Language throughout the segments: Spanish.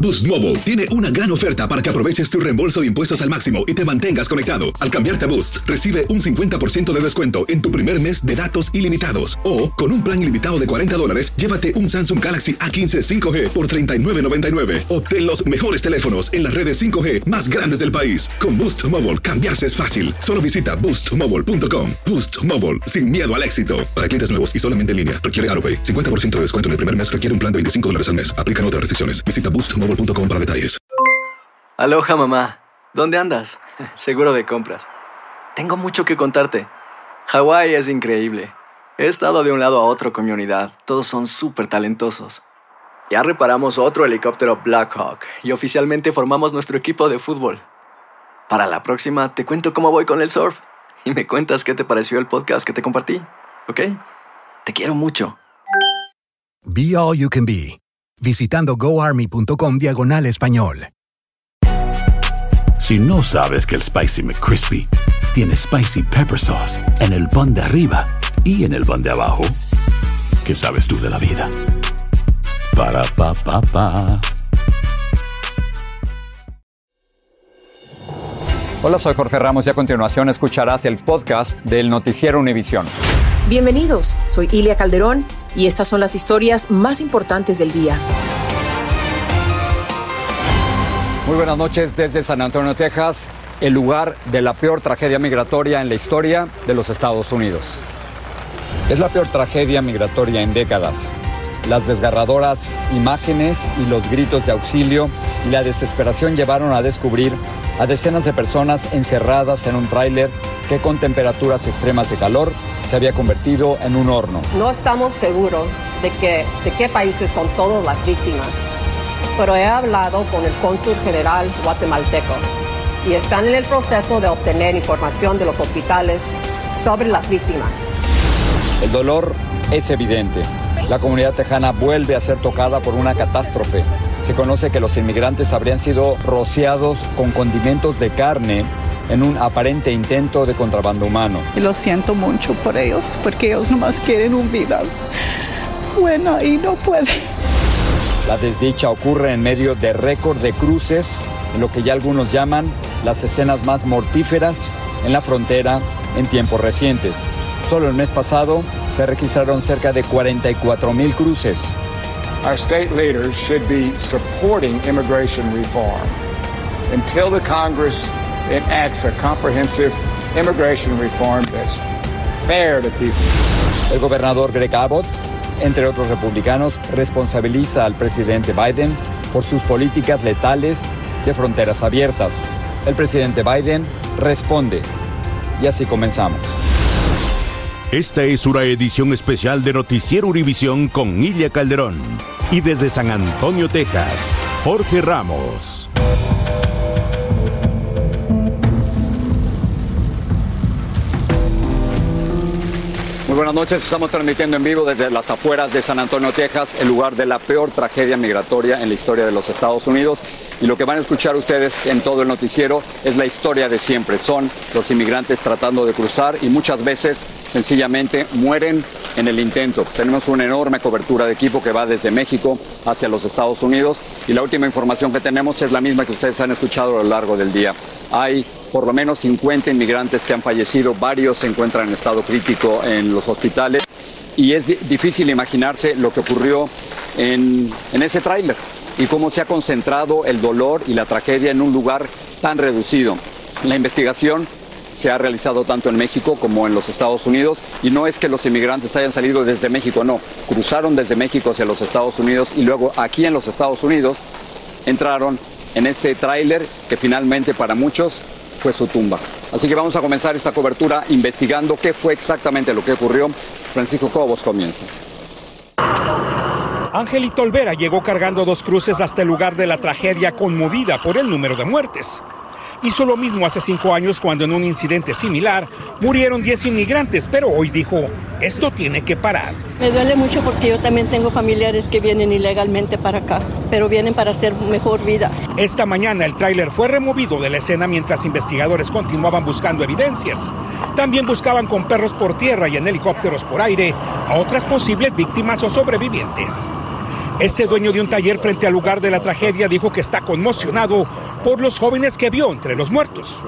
Boost Mobile tiene una gran oferta para que aproveches tu reembolso de impuestos al máximo y te mantengas conectado. Al cambiarte a Boost, recibe un 50% de descuento en tu primer mes de datos ilimitados. O, con un plan ilimitado de $40, llévate un Samsung Galaxy A15 5G por $39.99. Obtén los mejores teléfonos en las redes 5G más grandes del país. Con Boost Mobile, cambiarse es fácil. Solo visita boostmobile.com. Boost Mobile, sin miedo al éxito. Para clientes nuevos y solamente en línea, requiere AroPay. 50% de descuento en el primer mes requiere un plan de $25 al mes. Aplican otras restricciones. Visita boostmobile.com para detalles. Aloha, mamá. ¿Dónde andas? Seguro de compras. Tengo mucho que contarte. Hawái es increíble. He estado de un lado a otro con mi unidad. Todos son súper talentosos. Ya reparamos otro helicóptero Blackhawk y oficialmente formamos nuestro equipo de fútbol. Para la próxima te cuento cómo voy con el surf y me cuentas qué te pareció el podcast que te compartí, ¿ok? Te quiero mucho. Be All You Can Be, visitando goarmy.com/español. Si no sabes que el Spicy McCrispy tiene Spicy Pepper Sauce en el pan de arriba y en el pan de abajo, ¿qué sabes tú de la vida? Para, pa, pa, pa. Hola, soy Jorge Ramos y a continuación escucharás el podcast del Noticiero Univisión. Bienvenidos, soy Ilia Calderón y estas son las historias más importantes del día. Muy buenas noches desde San Antonio, Texas, el lugar de la peor tragedia migratoria en la historia de los Estados Unidos. Es la peor tragedia migratoria en décadas. Las desgarradoras imágenes y los gritos de auxilio y la desesperación llevaron a descubrir a decenas de personas encerradas en un tráiler que con temperaturas extremas de calor se había convertido en un horno. No estamos seguros de qué países son todas las víctimas, pero he hablado con el cónsul general guatemalteco y están en el proceso de obtener información de los hospitales sobre las víctimas. El dolor es evidente. La comunidad tejana vuelve a ser tocada por una catástrofe. Se conoce que los inmigrantes habrían sido rociados con condimentos de carne en un aparente intento de contrabando humano. Y lo siento mucho por ellos, porque ellos nomás quieren una vida buena y no pueden. La desdicha ocurre en medio de récord de cruces, en lo que ya algunos llaman las escenas más mortíferas en la frontera en tiempos recientes. Solo el mes pasado se registraron cerca de 44,000 cruces. Our state leaders should be supporting immigration reform until the Congress enacts a comprehensive immigration reform that's fair to people. El gobernador Greg Abbott, entre otros republicanos, responsabiliza al presidente Biden por sus políticas letales de fronteras abiertas. El presidente Biden responde. Y así comenzamos. Esta es una edición especial de Noticiero Univisión con Ilia Calderón. Y desde San Antonio, Texas, Jorge Ramos. Muy buenas noches, estamos transmitiendo en vivo desde las afueras de San Antonio, Texas, el lugar de la peor tragedia migratoria en la historia de los Estados Unidos. Y lo que van a escuchar ustedes en todo el noticiero es la historia de siempre. Son los inmigrantes tratando de cruzar y muchas veces sencillamente mueren en el intento. Tenemos una enorme cobertura de equipo que va desde México hacia los Estados Unidos y la última información que tenemos es la misma que ustedes han escuchado a lo largo del día. Hay por lo menos 50 inmigrantes que han fallecido, varios se encuentran en estado crítico en los hospitales y es difícil imaginarse lo que ocurrió en ese tráiler y cómo se ha concentrado el dolor y la tragedia en un lugar tan reducido. La investigación se ha realizado tanto en México como en los Estados Unidos y no es que los inmigrantes hayan salido desde México, no, cruzaron desde México hacia los Estados Unidos y luego aquí en los Estados Unidos entraron en este tráiler que finalmente para muchos fue su tumba. Así que vamos a comenzar esta cobertura investigando qué fue exactamente lo que ocurrió. Francisco Cobos comienza. Angelito Olvera llegó cargando 2 cruces hasta el lugar de la tragedia, conmovida por el número de muertes. Hizo lo mismo hace 5 años cuando en un incidente similar murieron 10 inmigrantes, pero hoy dijo, esto tiene que parar. Me duele mucho porque yo también tengo familiares que vienen ilegalmente para acá, pero vienen para hacer mejor vida. Esta mañana el tráiler fue removido de la escena mientras investigadores continuaban buscando evidencias. También buscaban con perros por tierra y en helicópteros por aire a otras posibles víctimas o sobrevivientes. Este dueño de un taller frente al lugar de la tragedia dijo que está conmocionado por los jóvenes que vio entre los muertos.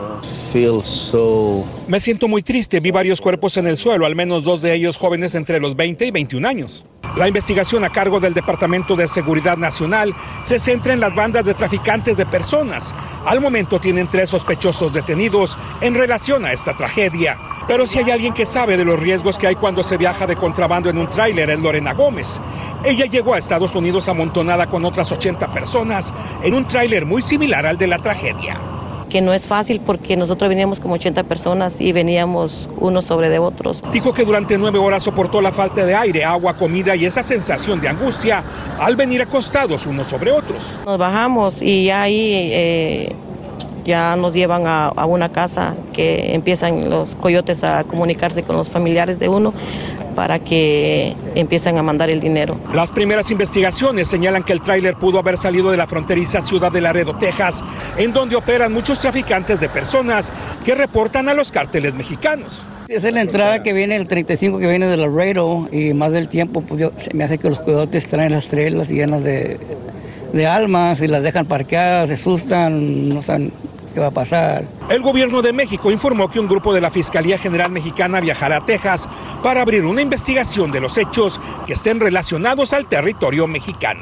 Me siento muy triste, vi varios cuerpos en el suelo, al menos 2 de ellos jóvenes entre los 20 y 21 años. La investigación a cargo del Departamento de Seguridad Nacional se centra en las bandas de traficantes de personas. Al momento tienen 3 sospechosos detenidos en relación a esta tragedia. Pero si hay alguien que sabe de los riesgos que hay cuando se viaja de contrabando en un tráiler es Lorena Gómez. Ella llegó a Estados Unidos amontonada con otras 80 personas en un tráiler muy similar al de la tragedia. Que no es fácil porque nosotros veníamos como 80 personas y veníamos unos sobre de otros. Dijo que durante 9 horas soportó la falta de aire, agua, comida y esa sensación de angustia al venir acostados unos sobre otros. Nos bajamos y ahí ya nos llevan a una casa que empiezan los coyotes a comunicarse con los familiares de uno para que empiecen a mandar el dinero. Las primeras investigaciones señalan que el tráiler pudo haber salido de la fronteriza ciudad de Laredo, Texas, en donde operan muchos traficantes de personas que reportan a los cárteles mexicanos. Esa es la entrada que viene, el 35 que viene de Laredo, y más del tiempo pues, se me hace que los coyotes traen las trailers llenas de almas y las dejan parqueadas, se asustan, no saben qué va a pasar. El gobierno de México informó que un grupo de la Fiscalía General Mexicana viajará a Texas para abrir una investigación de los hechos que estén relacionados al territorio mexicano.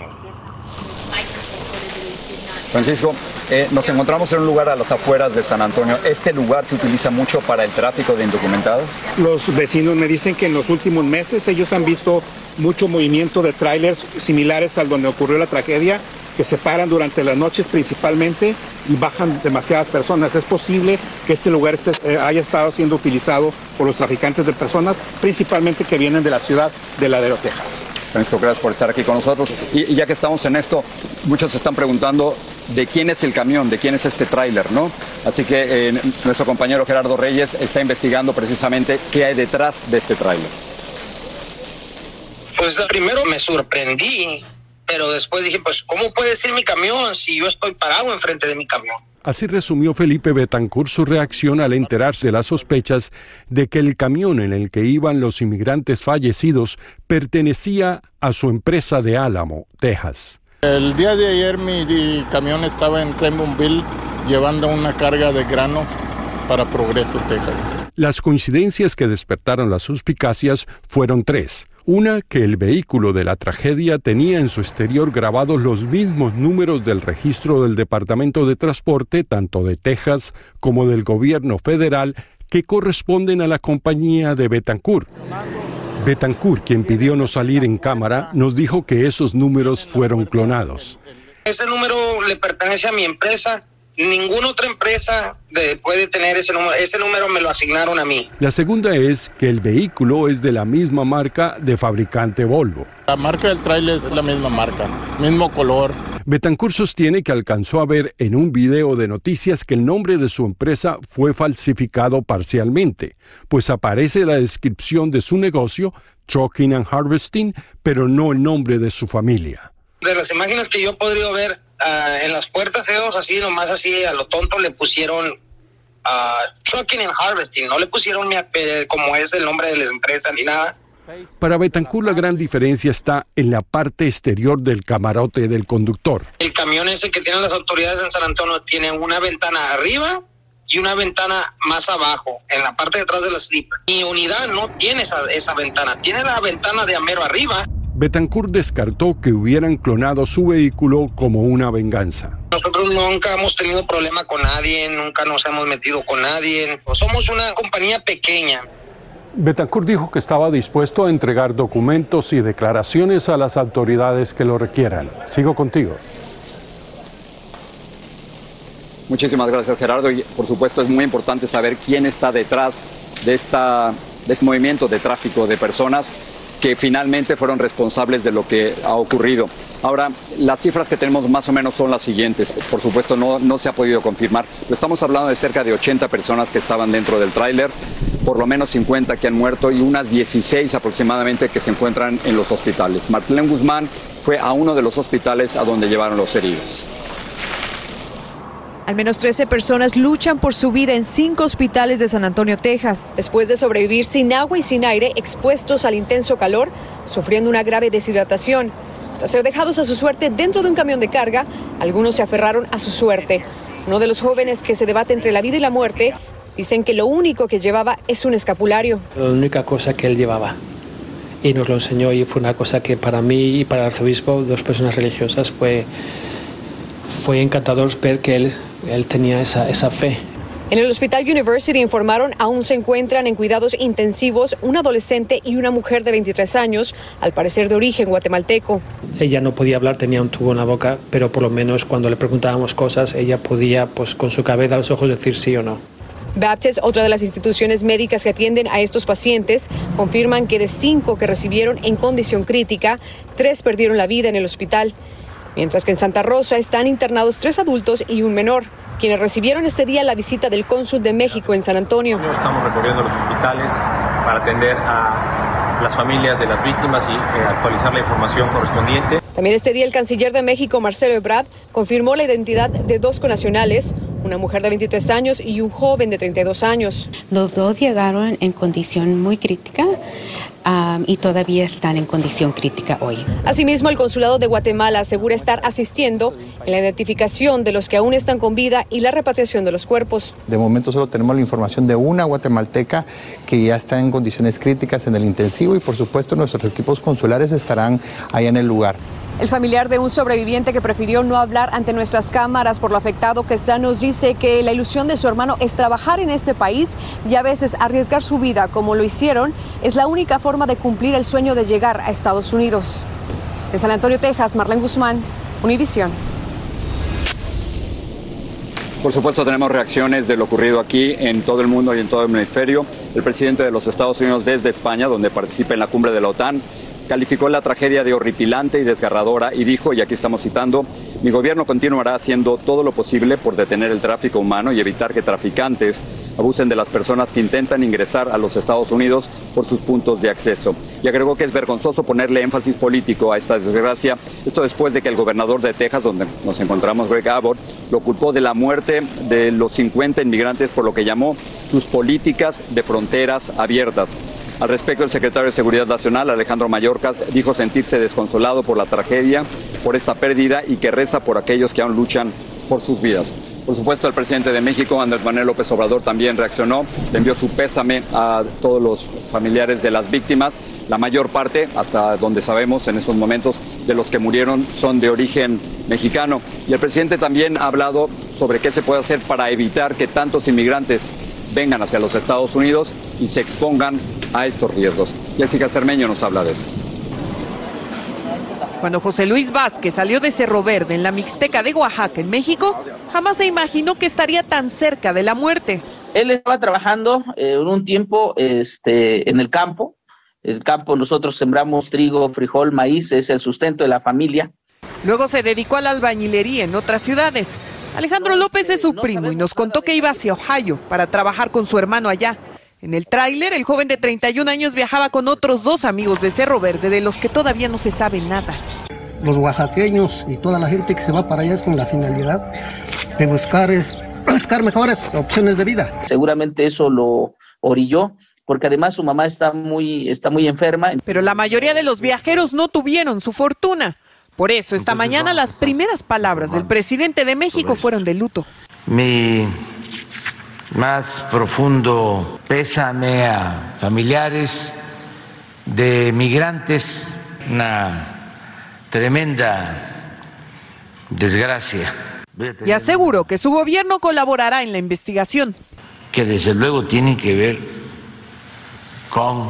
Francisco, nos encontramos en un lugar a las afueras de San Antonio. ¿Este lugar se utiliza mucho para el tráfico de indocumentados? Los vecinos me dicen que en los últimos meses ellos han visto mucho movimiento de tráilers similares al donde ocurrió la tragedia, que se paran durante las noches principalmente y bajan demasiadas personas. Es posible que este lugar haya estado siendo utilizado por los traficantes de personas, principalmente que vienen de la ciudad de Laredo, Texas. Francisco, gracias por estar aquí con nosotros. Y ya que estamos en esto, muchos se están preguntando de quién es el camión, de quién es este tráiler, ¿no? Así que nuestro compañero Gerardo Reyes está investigando precisamente qué hay detrás de este tráiler. Pues primero me sorprendí, pero después dije, pues, ¿cómo puede ser mi camión si yo estoy parado enfrente de mi camión? Así resumió Felipe Betancourt su reacción al enterarse de las sospechas de que el camión en el que iban los inmigrantes fallecidos pertenecía a su empresa de Álamo, Texas. El día de ayer mi camión estaba en Clementville llevando una carga de granos para Progreso, Texas. Las coincidencias que despertaron las suspicacias fueron 3. Una, que el vehículo de la tragedia tenía en su exterior grabados los mismos números del registro del Departamento de Transporte, tanto de Texas como del gobierno federal, que corresponden a la compañía de Betancourt. Betancourt, quien pidió no salir en cámara, nos dijo que esos números fueron clonados. Ese número le pertenece a mi empresa. Ninguna otra empresa puede tener ese número. Ese número me lo asignaron a mí. La segunda es que el vehículo es de la misma marca de fabricante Volvo. La marca del tráiler es la misma marca, mismo color. Betancourt sostiene que alcanzó a ver en un video de noticias que el nombre de su empresa fue falsificado parcialmente, pues aparece la descripción de su negocio, Trucking and Harvesting, pero no el nombre de su familia. De las imágenes que yo he podido ver, en las puertas ellos así, nomás así a lo tonto le pusieron Trucking and Harvesting, no le pusieron como es el nombre de la empresa ni nada. Para Betancourt la gran diferencia está en la parte exterior del camarote del conductor. El camión ese que tienen las autoridades en San Antonio tiene una ventana arriba y una ventana más abajo, en la parte de atrás de la sleeper. Mi unidad no tiene esa ventana, tiene la ventana de amero arriba. Betancourt descartó que hubieran clonado su vehículo como una venganza. Nosotros nunca hemos tenido problema con nadie, nunca nos hemos metido con nadie. Somos una compañía pequeña. Betancourt dijo que estaba dispuesto a entregar documentos y declaraciones a las autoridades que lo requieran. Sigo contigo. Muchísimas gracias, Gerardo. Y por supuesto es muy importante saber quién está detrás de este movimiento de tráfico de personas que finalmente fueron responsables de lo que ha ocurrido. Ahora, las cifras que tenemos más o menos son las siguientes. Por supuesto, no se ha podido confirmar. Pero estamos hablando de cerca de 80 personas que estaban dentro del tráiler, por lo menos 50 que han muerto y unas 16 aproximadamente que se encuentran en los hospitales. Martín Guzmán fue a uno de los hospitales a donde llevaron los heridos. Al menos 13 personas luchan por su vida en 5 hospitales de San Antonio, Texas, después de sobrevivir sin agua y sin aire, expuestos al intenso calor, sufriendo una grave deshidratación. Tras ser dejados a su suerte dentro de un camión de carga, algunos se aferraron a su suerte. Uno de los jóvenes que se debate entre la vida y la muerte dicen que lo único que llevaba es un escapulario. La única cosa que él llevaba. Y nos lo enseñó, y fue una cosa que para mí y para el arzobispo, dos personas religiosas, fue encantador ver que él tenía esa fe. En el Hospital University informaron aún se encuentran en cuidados intensivos un adolescente y una mujer de 23 años, al parecer de origen guatemalteco. Ella no podía hablar, tenía un tubo en la boca, pero por lo menos cuando le preguntábamos cosas, ella podía, pues, con su cabeza a los ojos decir sí o no. Baptist, otra de las instituciones médicas que atienden a estos pacientes, confirman que de 5 que recibieron en condición crítica, 3 perdieron la vida en el hospital. Mientras que en Santa Rosa están internados 3 adultos y un menor, quienes recibieron este día la visita del cónsul de México en San Antonio. Estamos recorriendo los hospitales para atender a las familias de las víctimas y actualizar la información correspondiente. También este día el canciller de México, Marcelo Ebrard, confirmó la identidad de 2 connacionales, una mujer de 23 años y un joven de 32 años. Los 2 llegaron en condición muy crítica y todavía están en condición crítica hoy. Asimismo, el Consulado de Guatemala asegura estar asistiendo en la identificación de los que aún están con vida y la repatriación de los cuerpos. De momento solo tenemos la información de una guatemalteca que ya está en condiciones críticas en el intensivo y por supuesto nuestros equipos consulares estarán allá en el lugar. El familiar de un sobreviviente que prefirió no hablar ante nuestras cámaras por lo afectado que está nos dice que la ilusión de su hermano es trabajar en este país y a veces arriesgar su vida como lo hicieron es la única forma de cumplir el sueño de llegar a Estados Unidos. En San Antonio, Texas, Marlene Guzmán, Univisión. Por supuesto tenemos reacciones de lo ocurrido aquí en todo el mundo y en todo el hemisferio. El presidente de los Estados Unidos desde España, donde participa en la cumbre de la OTAN, calificó la tragedia de horripilante y desgarradora y dijo, y aquí estamos citando, mi gobierno continuará haciendo todo lo posible por detener el tráfico humano y evitar que traficantes abusen de las personas que intentan ingresar a los Estados Unidos por sus puntos de acceso. Y agregó que es vergonzoso ponerle énfasis político a esta desgracia, esto después de que el gobernador de Texas, donde nos encontramos, Greg Abbott, lo culpó de la muerte de los 50 inmigrantes por lo que llamó sus políticas de fronteras abiertas. Al respecto, el secretario de Seguridad Nacional, Alejandro Mayorkas, dijo sentirse desconsolado por la tragedia, por esta pérdida y que reza por aquellos que aún luchan por sus vidas. Por supuesto, el presidente de México, Andrés Manuel López Obrador, también reaccionó, le envió su pésame a todos los familiares de las víctimas. La mayor parte, hasta donde sabemos en estos momentos, de los que murieron son de origen mexicano. Y el presidente también ha hablado sobre qué se puede hacer para evitar que tantos inmigrantes vengan hacia los Estados Unidos y se expongan a estos riesgos. Jessica Cermeño nos habla de esto. Cuando José Luis Vázquez salió de Cerro Verde en la Mixteca de Oaxaca, en México, jamás se imaginó que estaría tan cerca de la muerte. Él estaba trabajando en un tiempo en el campo. El campo nosotros sembramos trigo, frijol, maíz, es el sustento de la familia. Luego se dedicó a la albañilería en otras ciudades. Alejandro López es su primo y nos contó que iba hacia Ohio para trabajar con su hermano allá. En el tráiler, el joven de 31 años viajaba con otros 2 amigos de Cerro Verde, de los que todavía no se sabe nada. Los oaxaqueños y toda la gente que se va para allá es con la finalidad de buscar mejores opciones de vida. Seguramente eso lo orilló, porque además su mamá está muy enferma. Pero la mayoría de los viajeros no tuvieron su fortuna. Por eso, esta mañana las primeras palabras del presidente de México fueron de luto. Mi más profundo pésame a familiares de migrantes, una tremenda desgracia. Y aseguró que su gobierno colaborará en la investigación. Que desde luego tienen que ver con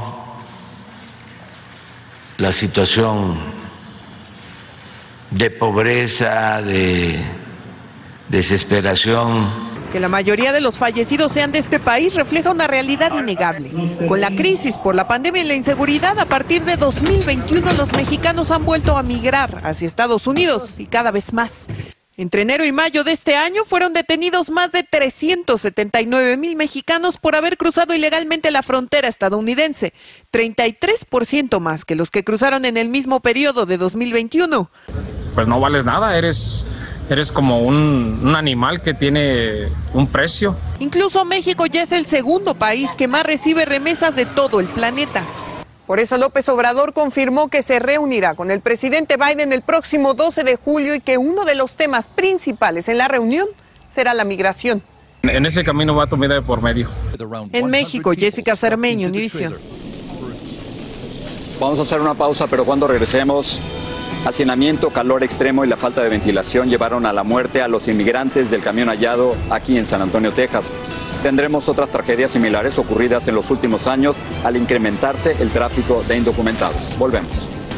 la situación de pobreza, de desesperación. Que la mayoría de los fallecidos sean de este país refleja una realidad innegable. Con la crisis por la pandemia y la inseguridad, a partir de 2021 los mexicanos han vuelto a migrar hacia Estados Unidos y cada vez más. Entre enero y mayo de este año fueron detenidos más de 379,000 mexicanos por haber cruzado ilegalmente la frontera estadounidense, 33% más que los que cruzaron en el mismo periodo de 2021. Pues no vales nada, eres como un animal que tiene un precio. Incluso México ya es el segundo país que más recibe remesas de todo el planeta. Por eso López Obrador confirmó que se reunirá con el presidente Biden el próximo 12 de julio y que uno de los temas principales en la reunión será la migración. En ese camino va tu vida de por medio. En México, Jessica Cermeño, Univisión. Vamos a hacer una pausa, pero cuando regresemos, hacinamiento, calor extremo y la falta de ventilación llevaron a la muerte a los inmigrantes del camión hallado aquí en San Antonio, Texas. Tendremos otras tragedias similares ocurridas en los últimos años al incrementarse el tráfico de indocumentados. Volvemos.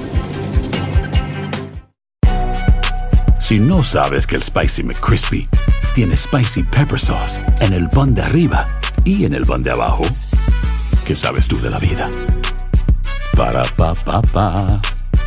Si no sabes que el Spicy McCrispy tiene Spicy Pepper Sauce en el pan de arriba y en el pan de abajo, ¿qué sabes tú de la vida? Para, pa, pa, pa.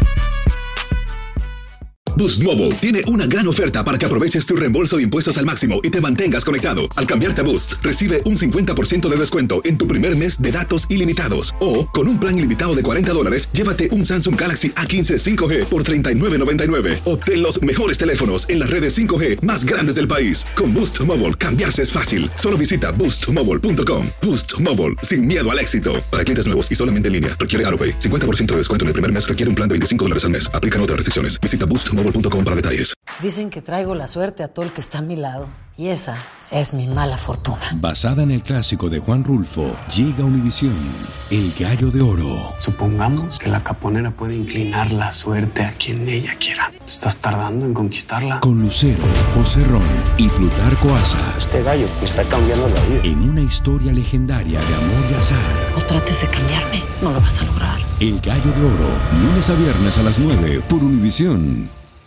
Boost Mobile tiene una gran oferta para que aproveches tu reembolso de impuestos al máximo y te mantengas conectado. Al cambiarte a Boost, recibe un 50% de descuento en tu primer mes de datos ilimitados. O, con un plan ilimitado de $40, llévate un Samsung Galaxy A15 5G por $39.99. Obtén los mejores teléfonos en las redes 5G más grandes del país. Con Boost Mobile, cambiarse es fácil. Solo visita boostmobile.com. Boost Mobile, sin miedo al éxito. Para clientes nuevos y solamente en línea, requiere AroPay. 50% de descuento en el primer mes requiere un plan de $25 al mes. Aplican otras restricciones. Visita boostmobile.com para detalles. Dicen que traigo la suerte a todo el que está a mi lado. Y esa es mi mala fortuna. Basada en el clásico de Juan Rulfo, llega Univisión, El Gallo de Oro. Supongamos que la caponera puede inclinar la suerte a quien ella quiera. ¿Estás tardando en conquistarla? Con Lucero, José Ron y Plutarco Asa. Este gallo me está cambiando la vida. En una historia legendaria de amor y azar. No trates de cambiarme, no lo vas a lograr. El Gallo de Oro, lunes a viernes a las 9 por Univisión.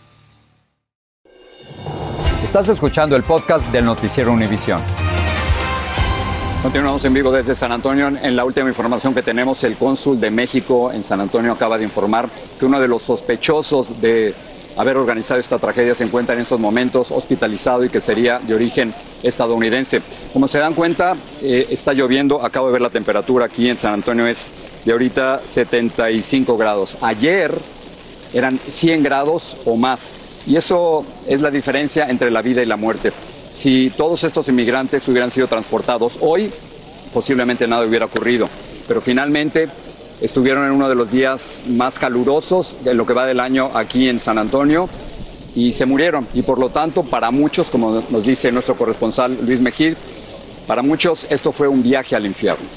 Estás escuchando el podcast del Noticiero Univisión. Continuamos en vivo desde San Antonio. En la última información que tenemos, el cónsul de México en San Antonio acaba de informar que uno de los sospechosos de haber organizado esta tragedia se encuentra en estos momentos hospitalizado y que sería de origen estadounidense. Como se dan cuenta, está lloviendo. Acabo de ver la temperatura aquí en San Antonio, es de ahorita 75 grados. Ayer eran 100 grados o más. Y eso es la diferencia entre la vida y la muerte. Si todos estos inmigrantes hubieran sido transportados hoy, posiblemente nada hubiera ocurrido. Pero finalmente estuvieron en uno de los días más calurosos de lo que va del año aquí en San Antonio y se murieron. Y por lo tanto, para muchos, como nos dice nuestro corresponsal Luis Mejía, para muchos esto fue un viaje al infierno.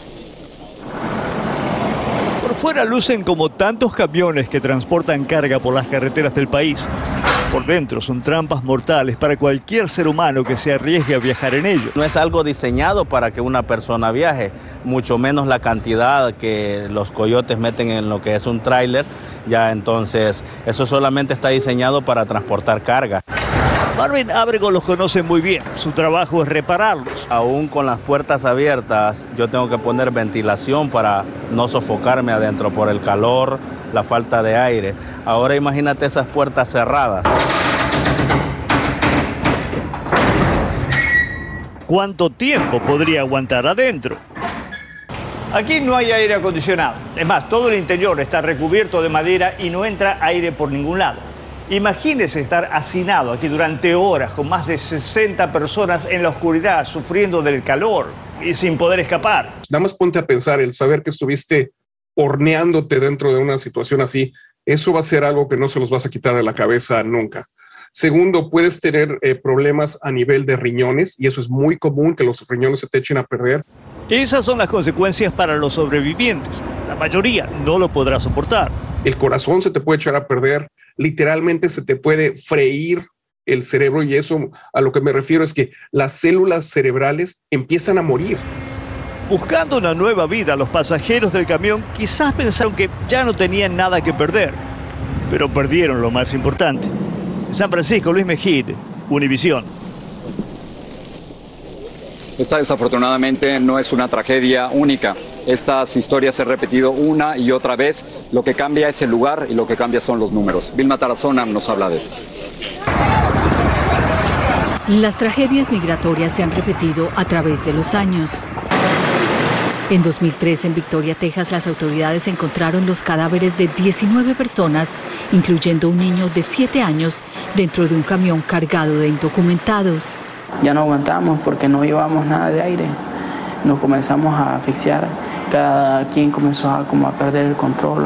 Por fuera lucen como tantos camiones que transportan carga por las carreteras del país. Por dentro son trampas mortales para cualquier ser humano que se arriesgue a viajar en ellos. No es algo diseñado para que una persona viaje, mucho menos la cantidad que los coyotes meten en lo que es un tráiler. Ya entonces, eso solamente está diseñado para transportar carga. Marvin Ábrego los conoce muy bien, su trabajo es repararlos. Aún con las puertas abiertas, yo tengo que poner ventilación para no sofocarme adentro por el calor, la falta de aire. Ahora imagínate esas puertas cerradas. ¿Cuánto tiempo podría aguantar adentro? Aquí no hay aire acondicionado. Es más, todo el interior está recubierto de madera y no entra aire por ningún lado. Imagínese estar hacinado aquí durante horas con más de 60 personas en la oscuridad, sufriendo del calor y sin poder escapar. Nada más ponte a pensar, el saber que estuviste horneándote dentro de una situación así, eso va a ser algo que no se los vas a quitar de la cabeza nunca. Segundo, puedes tener problemas a nivel de riñones y eso es muy común, que los riñones se te echen a perder. Esas son las consecuencias para los sobrevivientes. La mayoría no lo podrá soportar. El corazón se te puede echar a perder, literalmente se te puede freír el cerebro y eso a lo que me refiero es que las células cerebrales empiezan a morir. Buscando una nueva vida, los pasajeros del camión quizás pensaron que ya no tenían nada que perder, pero perdieron lo más importante. En San Francisco, Luis Mejía, Univisión. Esta desafortunadamente no es una tragedia única. Estas historias se han repetido una y otra vez. Lo que cambia es el lugar y lo que cambia son los números. Vilma Tarazona nos habla de esto. Las tragedias migratorias se han repetido a través de los años. En 2003, en Victoria, Texas, las autoridades encontraron los cadáveres de 19 personas, incluyendo un niño de 7 años, dentro de un camión cargado de indocumentados. Ya no aguantamos porque no llevamos nada de aire. Nos comenzamos a asfixiar cada quien comenzó a perder el control.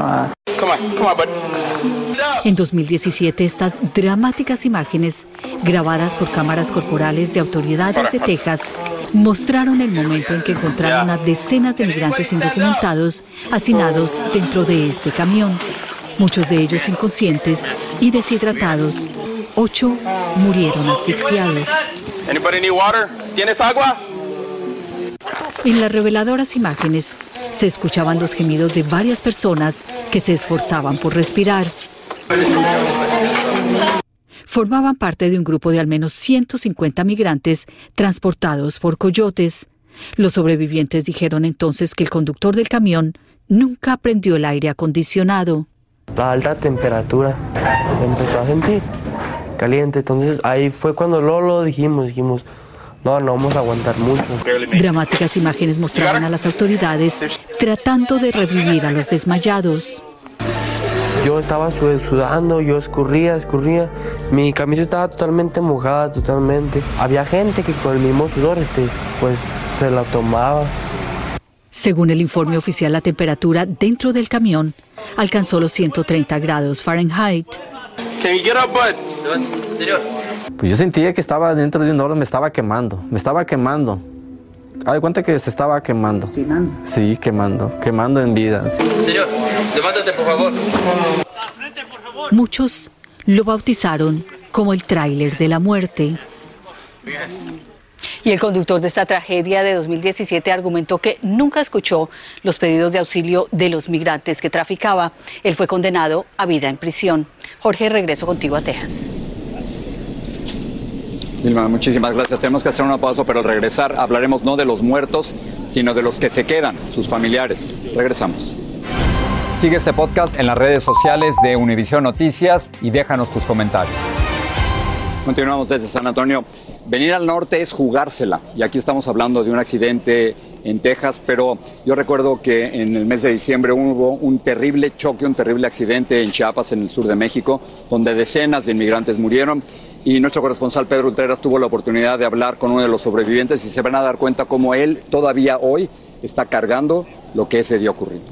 En 2017, estas dramáticas imágenes, grabadas por cámaras corporales de autoridades de Texas, mostraron el momento en que encontraron a decenas de migrantes indocumentados hacinados dentro de este camión. Muchos de ellos inconscientes y deshidratados. 8 murieron asfixiados. ¿Tienes agua? En las reveladoras imágenes se escuchaban los gemidos de varias personas que se esforzaban por respirar. Formaban parte de un grupo de al menos 150 migrantes transportados por coyotes. Los sobrevivientes dijeron entonces que el conductor del camión nunca prendió el aire acondicionado. La alta temperatura se empezó a sentir caliente, entonces ahí fue cuando lo dijimos, no vamos a aguantar mucho. Dramáticas imágenes mostraban a las autoridades tratando de revivir a los desmayados. Yo estaba sudando, yo escurría, mi camisa estaba totalmente mojada, totalmente. Había gente que con el mismo sudor pues se la tomaba. Según el informe oficial, la temperatura dentro del camión alcanzó los 130 grados Fahrenheit. Pues yo sentía que estaba dentro de un horno, me estaba quemando. Haz de cuenta que se estaba quemando. ¿Cocinando? Sí, quemando en vida. Señor, levántate por favor. Muchos lo bautizaron como el tráiler de la muerte. Y el conductor de esta tragedia de 2017 argumentó que nunca escuchó los pedidos de auxilio de los migrantes que traficaba. Él fue condenado a vida en prisión. Jorge, regreso contigo a Texas. Vilma, muchísimas gracias. Tenemos que hacer una pausa, pero al regresar hablaremos no de los muertos, sino de los que se quedan, sus familiares. Regresamos. Sigue este podcast en las redes sociales de Univisión Noticias y déjanos tus comentarios. Continuamos desde San Antonio. Venir al norte es jugársela, y aquí estamos hablando de un accidente en Texas, pero yo recuerdo que en el mes de diciembre hubo un terrible choque, un terrible accidente en Chiapas, en el sur de México, donde decenas de inmigrantes murieron, y nuestro corresponsal Pedro Ultreras tuvo la oportunidad de hablar con uno de los sobrevivientes y se van a dar cuenta cómo él todavía hoy está cargando lo que ese día ocurrió.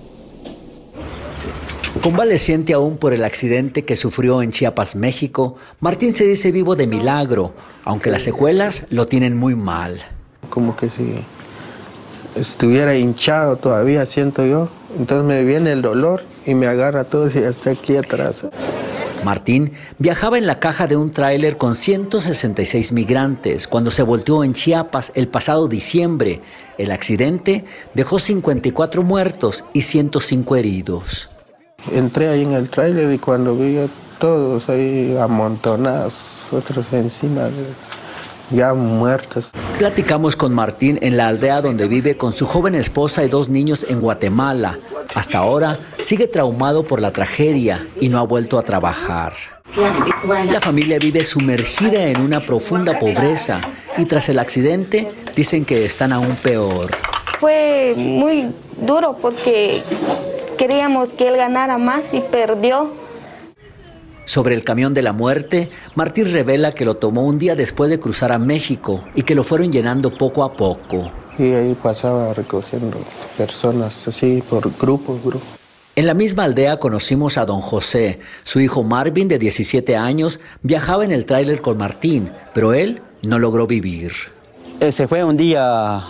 Convaleciente aún por el accidente que sufrió en Chiapas, México, Martín se dice vivo de milagro, aunque las secuelas lo tienen muy mal. Como que si estuviera hinchado todavía, siento yo. Entonces me viene el dolor y me agarra todo y está aquí atrás. Martín viajaba en la caja de un tráiler con 166 migrantes cuando se volteó en Chiapas el pasado diciembre. El accidente dejó 54 muertos y 105 heridos. Entré ahí en el tráiler y cuando vi a todos ahí amontonados, otros encima, ya muertos. Platicamos con Martín en la aldea donde vive con su joven esposa y 2 niños en Guatemala. Hasta ahora sigue traumado por la tragedia y no ha vuelto a trabajar. La familia vive sumergida en una profunda pobreza y tras el accidente dicen que están aún peor. Fue muy duro porque queríamos que él ganara más y perdió. Sobre el camión de la muerte, Martín revela que lo tomó un día después de cruzar a México y que lo fueron llenando poco a poco. Y ahí pasaba recogiendo personas así por grupos. En la misma aldea conocimos a don José. Su hijo Marvin, de 17 años, viajaba en el tráiler con Martín, pero él no logró vivir. Se fue un día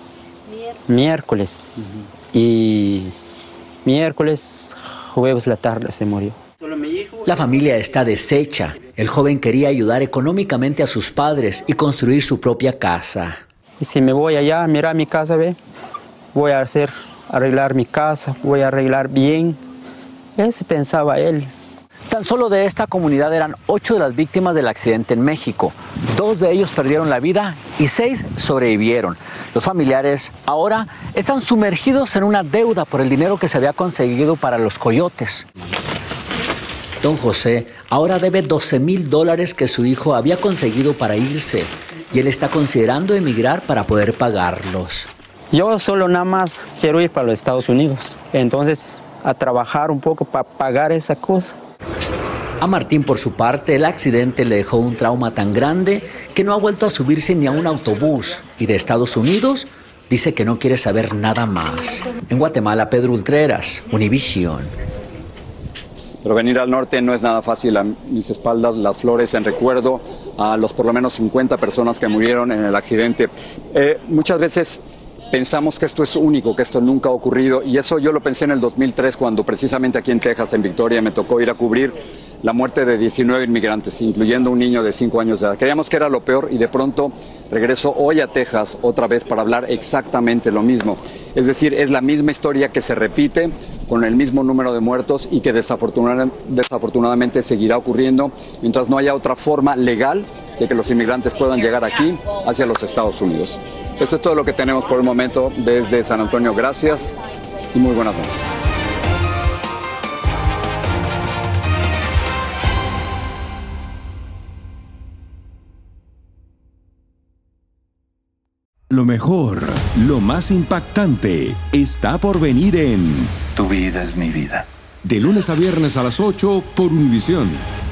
miércoles y miércoles, jueves la tarde se murió. La familia está deshecha. El joven quería ayudar económicamente a sus padres y construir su propia casa. Y si me voy allá, mira mi casa, ve, voy a arreglar mi casa, voy a arreglar bien. Eso pensaba él. Tan solo de esta comunidad eran 8 de las víctimas del accidente en México. 2 de ellos perdieron la vida y 6 sobrevivieron. Los familiares ahora están sumergidos en una deuda por el dinero que se había conseguido para los coyotes. Don José ahora debe $12,000 que su hijo había conseguido para irse y él está considerando emigrar para poder pagarlos. Yo solo nada más quiero ir para los Estados Unidos, entonces a trabajar un poco para pagar esa cosa. A Martín, por su parte, el accidente le dejó un trauma tan grande que no ha vuelto a subirse ni a un autobús y de Estados Unidos dice que no quiere saber nada más. En Guatemala, Pedro Ultreras, Univisión. Pero venir al norte no es nada fácil. A mis espaldas las flores en recuerdo a los por lo menos 50 personas que murieron en el accidente. Muchas veces pensamos que esto es único, que esto nunca ha ocurrido, y eso yo lo pensé en el 2003 cuando precisamente aquí en Texas, en Victoria, me tocó ir a cubrir la muerte de 19 inmigrantes, incluyendo un niño de 5 años de edad. Creíamos que era lo peor y de pronto regreso hoy a Texas otra vez para hablar exactamente lo mismo. Es decir, es la misma historia que se repite con el mismo número de muertos y que desafortunadamente seguirá ocurriendo mientras no haya otra forma legal de que los inmigrantes puedan llegar aquí hacia los Estados Unidos. Esto es todo lo que tenemos por el momento desde San Antonio. Gracias y muy buenas noches. Lo mejor, lo más impactante, está por venir en Tu vida es mi vida. De lunes a viernes a las 8 por Univisión.